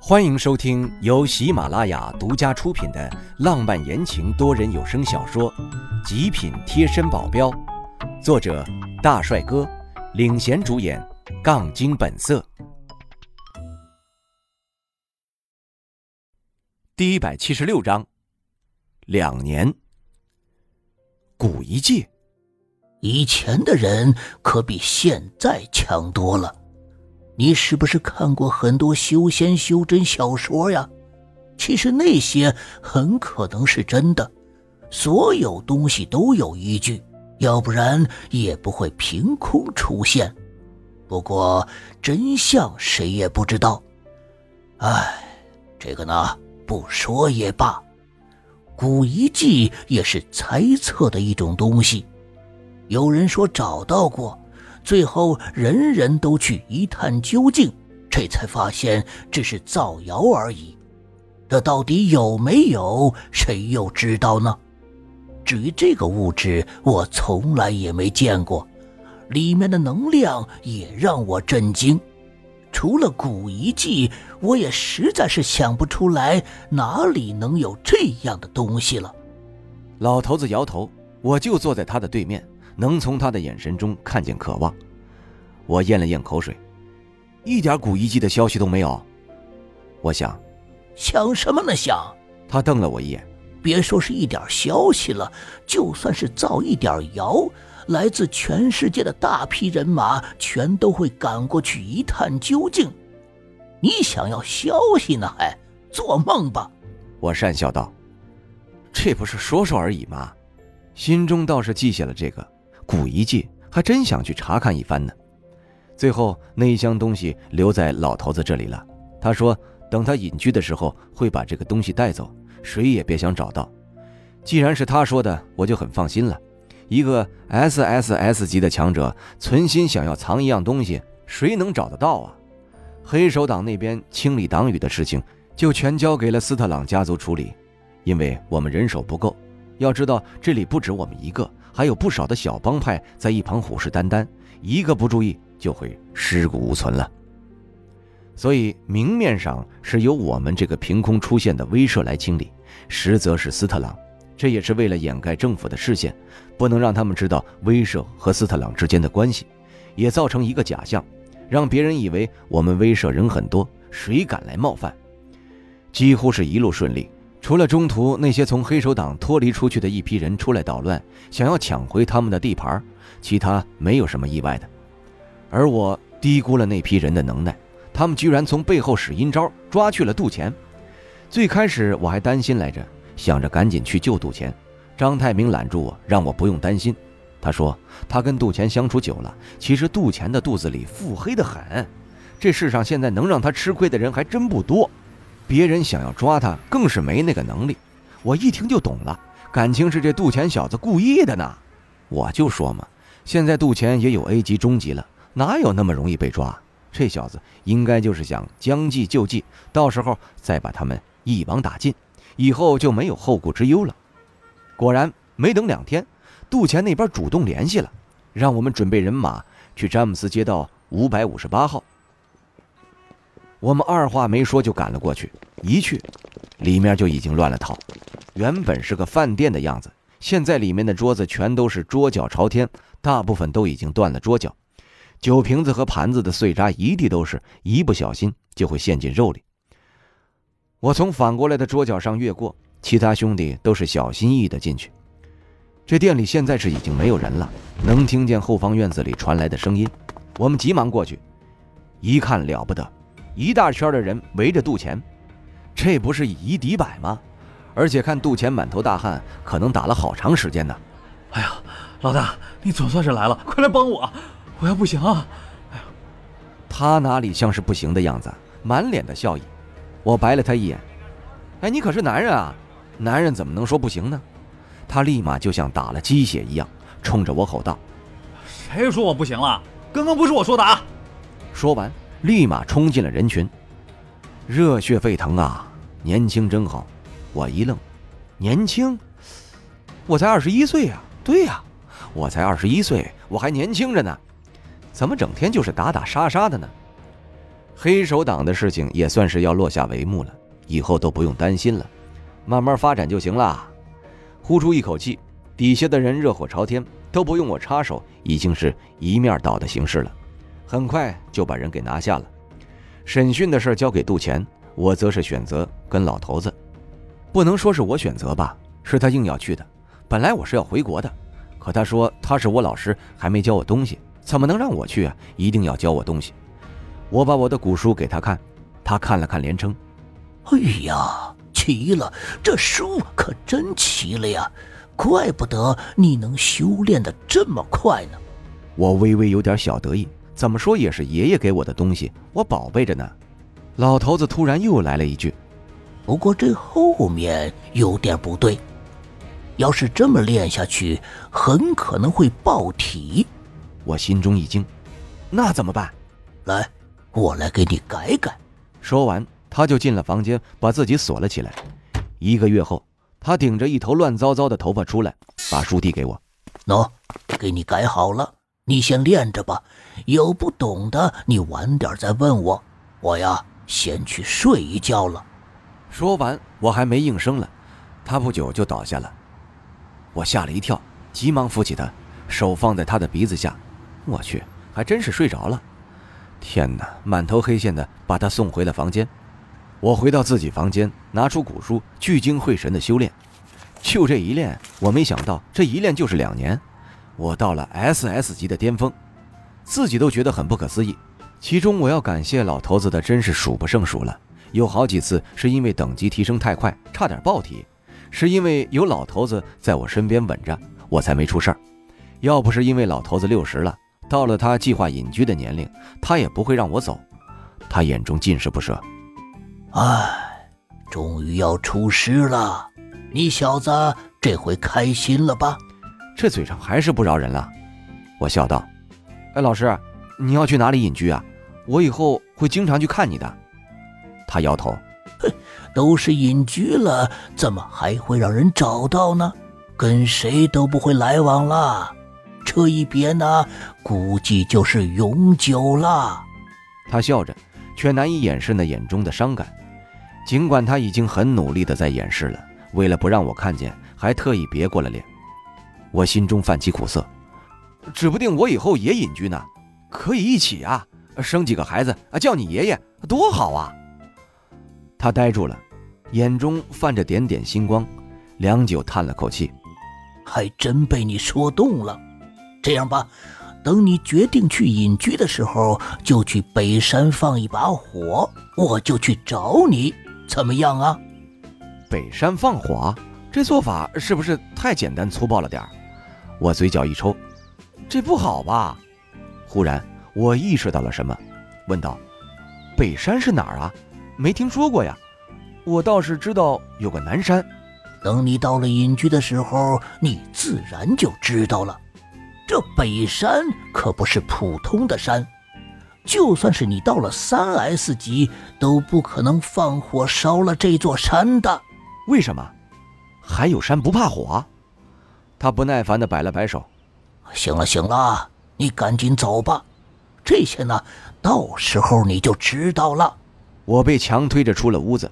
欢迎收听由喜马拉雅独家出品的浪漫言情多人有声小说《极品贴身保镖》，作者大帅哥，领衔主演杠精本色。第176章，2年。古一界， 以前的人可比现在强多了。你是不是看过很多修仙修真小说呀？其实那些很可能是真的，所有东西都有依据，要不然也不会凭空出现。不过真相谁也不知道。这个呢，不说也罢。古遗迹也是猜测的一种东西，有人说找到过，最后人人都去一探究竟，这才发现只是造谣而已。这到底有没有，谁又知道呢？至于这个物质，我从来也没见过，里面的能量也让我震惊。除了古遗迹，我也实在是想不出来哪里能有这样的东西了。 老头子摇头，我就坐在他的对面，能从他的眼神中看见渴望。我咽了咽口水，一点古遗迹的消息都没有。我想什么呢想？ 他瞪了我一眼， 别说是一点消息了，就算是造一点谣，来自全世界的大批人马全都会赶过去一探究竟。你想要消息呢，还做梦吧。 我讪笑道，这不是说说而已吗？心中倒是记下了这个古遗迹，还真想去查看一番呢。最后那一箱东西留在老头子这里了，他说等他隐居的时候会把这个东西带走，谁也别想找到。既然是他说的，我就很放心了。一个 SSS 级的强者存心想要藏一样东西，谁能找得到啊？黑手党那边清理党羽的事情就全交给了斯特朗家族处理，因为我们人手不够。要知道这里不止我们一个，还有不少的小帮派在一旁虎视眈眈，一个不注意就会尸骨无存了。所以明面上是由我们这个凭空出现的威慑来清理，实则是斯特朗。这也是为了掩盖政府的视线，不能让他们知道威慑和斯特朗之间的关系，也造成一个假象，让别人以为我们威慑人很多，谁敢来冒犯。几乎是一路顺利，除了中途那些从黑手党脱离出去的一批人出来捣乱，想要抢回他们的地盘，其他没有什么意外的。而我低估了那批人的能耐，他们居然从背后使阴招，抓去了杜钱。最开始我还担心来着，想着赶紧去救杜钱。张太明拦住我，让我不用担心。他说他跟杜钱相处久了，其实杜钱的肚子里腹黑得很，这世上现在能让他吃亏的人还真不多，别人想要抓他更是没那个能力。我一听就懂了，感情是这杜钱小子故意的呢。我就说嘛，现在杜钱也有 A 级中级了，哪有那么容易被抓？这小子应该就是想将计就计，到时候再把他们一网打尽，以后就没有后顾之忧了。果然没等2天，杜钱那边主动联系了，让我们准备人马去詹姆斯街道558号。我们二话没说就赶了过去，一去里面就已经乱了套。原本是个饭店的样子，现在里面的桌子全都是桌脚朝天，大部分都已经断了桌脚，酒瓶子和盘子的碎渣一地都是，一不小心就会陷进肉里。我从反过来的桌脚上越过，其他兄弟都是小心翼翼地进去。这店里现在是已经没有人了，能听见后方院子里传来的声音。我们急忙过去，一看了不得，一大圈的人围着杜钱，这不是以一敌百吗？而且看杜钱满头大汗，可能打了好长时间呢。 哎呀，老大，你总算是来了，快来帮我，我要不行啊！哎呀， 他哪里像是不行的样子，满脸的笑意。我白了他一眼，哎，你可是男人啊，男人怎么能说不行呢？他立马就像打了鸡血一样，冲着我吼道： 谁说我不行了？刚刚不是我说的啊！ 说完立马冲进了人群，热血沸腾啊，年轻真好。我一愣，年轻？我才21岁啊！对呀，我才21岁，我还年轻着呢，怎么整天就是打打杀杀的呢？ 黑手党的事情也算是要落下帷幕了，以后都不用担心了，慢慢发展就行了。呼出一口气，底下的人热火朝天，都不用我插手，已经是一面倒的形式了。很快就把人给拿下了。审讯的事交给杜钱，我则是选择跟老头子。不能说是我选择吧，是他硬要去的。本来我是要回国的，可他说他是我老师，还没教我东西，怎么能让我去啊？一定要教我东西。我把我的古书给他看，他看了看，连称： 哎呀，奇了，这书可真奇了呀，怪不得你能修炼得这么快呢。 我微微有点小得意，怎么说也是爷爷给我的东西，我宝贝着呢。老头子突然又来了一句： 不过这后面有点不对，要是这么练下去，很可能会爆体。 我心中一惊，那怎么办？ 来，我来给你改改。 说完，他就进了房间，把自己锁了起来。1个月后，他顶着一头乱糟糟的头发出来，把书递给我： 喏，给你改好了，你先练着吧，有不懂的你晚点再问我，我呀先去睡一觉了。 说完，我还没应声了，他不久就倒下了。我吓了一跳，急忙扶起他，手放在他的鼻子下。我去，还真是睡着了。天哪，满头黑线的把他送回了房间。我回到自己房间，拿出古书，聚精会神的修炼。就这一练，我没想到这一练就是2年，我到了 SS 级的巅峰，自己都觉得很不可思议。其中我要感谢老头子的真是数不胜数了，有好几次是因为等级提升太快，差点爆体，是因为有老头子在我身边稳着，我才没出事儿。要不是因为老头子60了，到了他计划隐居的年龄，他也不会让我走。他眼中尽是不舍。 唉，终于要出师了，你小子这回开心了吧？ 这嘴上还是不饶人了。我笑道：哎，老师，你要去哪里隐居啊？我以后会经常去看你的。他摇头： 都是隐居了，怎么还会让人找到呢？跟谁都不会来往了，这一别呢，估计就是永久了。 他笑着，却难以掩饰那眼中的伤感。尽管他已经很努力地在掩饰了，为了不让我看见，还特意别过了脸。我心中泛起苦涩，指不定我以后也隐居呢，可以一起啊，生几个孩子叫你爷爷，多好啊！他呆住了，眼中泛着点点星光，良久叹了口气： 还真被你说动了。这样吧，等你决定去隐居的时候，就去北山放一把火，我就去找你，怎么样啊？ 北山放火，这做法是不是太简单粗暴了点儿？我嘴角一抽，这不好吧？忽然我意识到了什么，问道：北山是哪儿啊？没听说过呀。我倒是知道有个南山。 等你到了隐居的时候，你自然就知道了。这北山可不是普通的山，就算是你到了3S 级，都不可能放火烧了这座山的。 为什么？还有山不怕火？他不耐烦地摆了摆手： 行了行了，你赶紧走吧，这些呢，到时候你就知道了。 我被强推着出了屋子。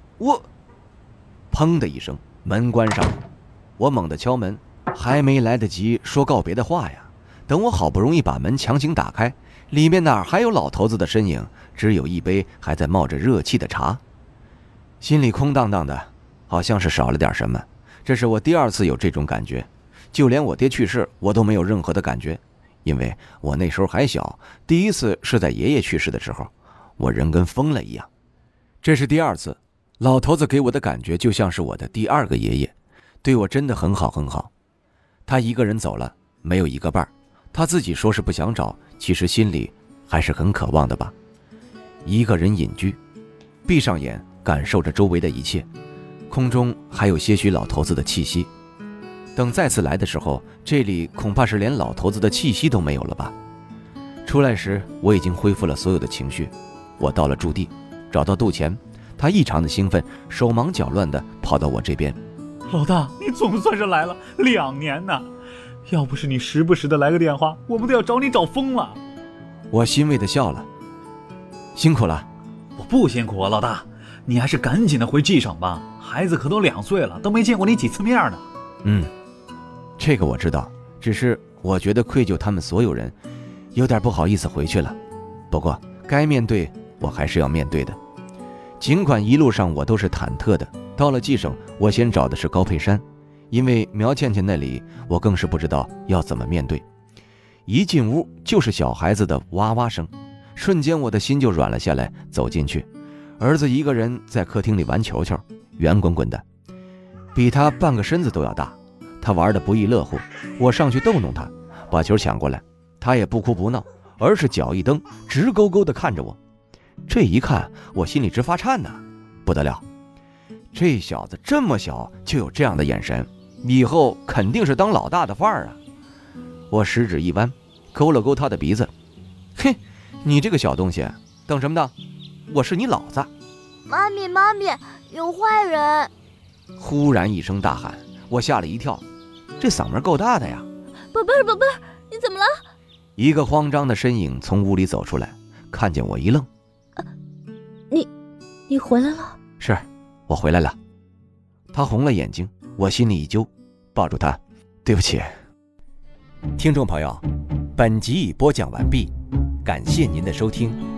砰的一声，门关上了。我猛地敲门，还没来得及说告别的话呀。等我好不容易把门强行打开，里面哪还有老头子的身影，只有一杯还在冒着热气的茶。心里空荡荡的，好像是少了点什么。这是我第2次有这种感觉，就连我爹去世我都没有任何的感觉，因为我那时候还小，第1次是在爷爷去世的时候，我人跟疯了一样。这是第2次，老头子给我的感觉就像是我的第2个爷爷，对我真的很好很好。他一个人走了，没有一个伴儿，他自己说是不想找，其实心里还是很渴望的吧。一个人隐居，闭上眼感受着周围的一切，空中还有些许老头子的气息。等再次来的时候，这里恐怕是连老头子的气息都没有了吧。出来时我已经恢复了所有的情绪。我到了驻地，找到杜钱，他异常的兴奋，手忙脚乱地跑到我这边。 老大，你总算是来了，2年呢，要不是你时不时的来个电话，我们都要找你找疯了。 我欣慰地笑了。 辛苦了。 我不辛苦啊，老大，你还是赶紧的回冀省吧，孩子可都2岁了，都没见过你几次面呢。 这个我知道，只是我觉得愧疚他们所有人，有点不好意思回去了。不过该面对我还是要面对的，尽管一路上我都是忐忑的。到了冀省，我先找的是高佩山，因为苗倩倩那里我更是不知道要怎么面对。一进屋就是小孩子的哇哇声，瞬间我的心就软了下来。走进去，儿子一个人在客厅里玩球球，圆滚滚的，比他半个身子都要大。他玩得不亦乐乎，我上去逗弄他，把球抢过来，他也不哭不闹，而是脚一蹬，直勾勾地看着我。这一看我心里直发颤呢，不得了，这小子这么小就有这样的眼神，以后肯定是当老大的范儿啊。我食指一弯，勾了勾他的鼻子，嘿，你这个小东西等什么呢？我是你老子。 妈咪，有坏人！ 忽然一声大喊，我吓了一跳，这嗓门够大的呀。 宝贝儿，你怎么了？ 一个慌张的身影从屋里走出来，看见我一愣。 你回来了？ 是，我回来了。他红了眼睛，我心里一揪，抱住他，对不起。听众朋友，本集已播讲完毕，感谢您的收听。